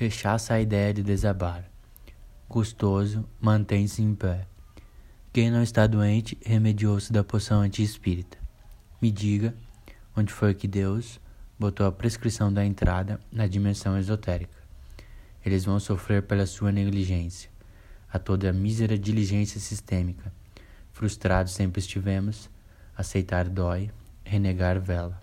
rechaça a ideia de desabar. Custoso, mantém-se em pé. Quem não está doente, remediou-se da poção anti-espírita. Me diga, onde foi que Deus botou a prescrição da entrada na dimensão esotérica? Eles vão sofrer pela sua negligência, a toda a mísera diligência sistêmica. Frustrados sempre estivemos, aceitar dói, renegar vela.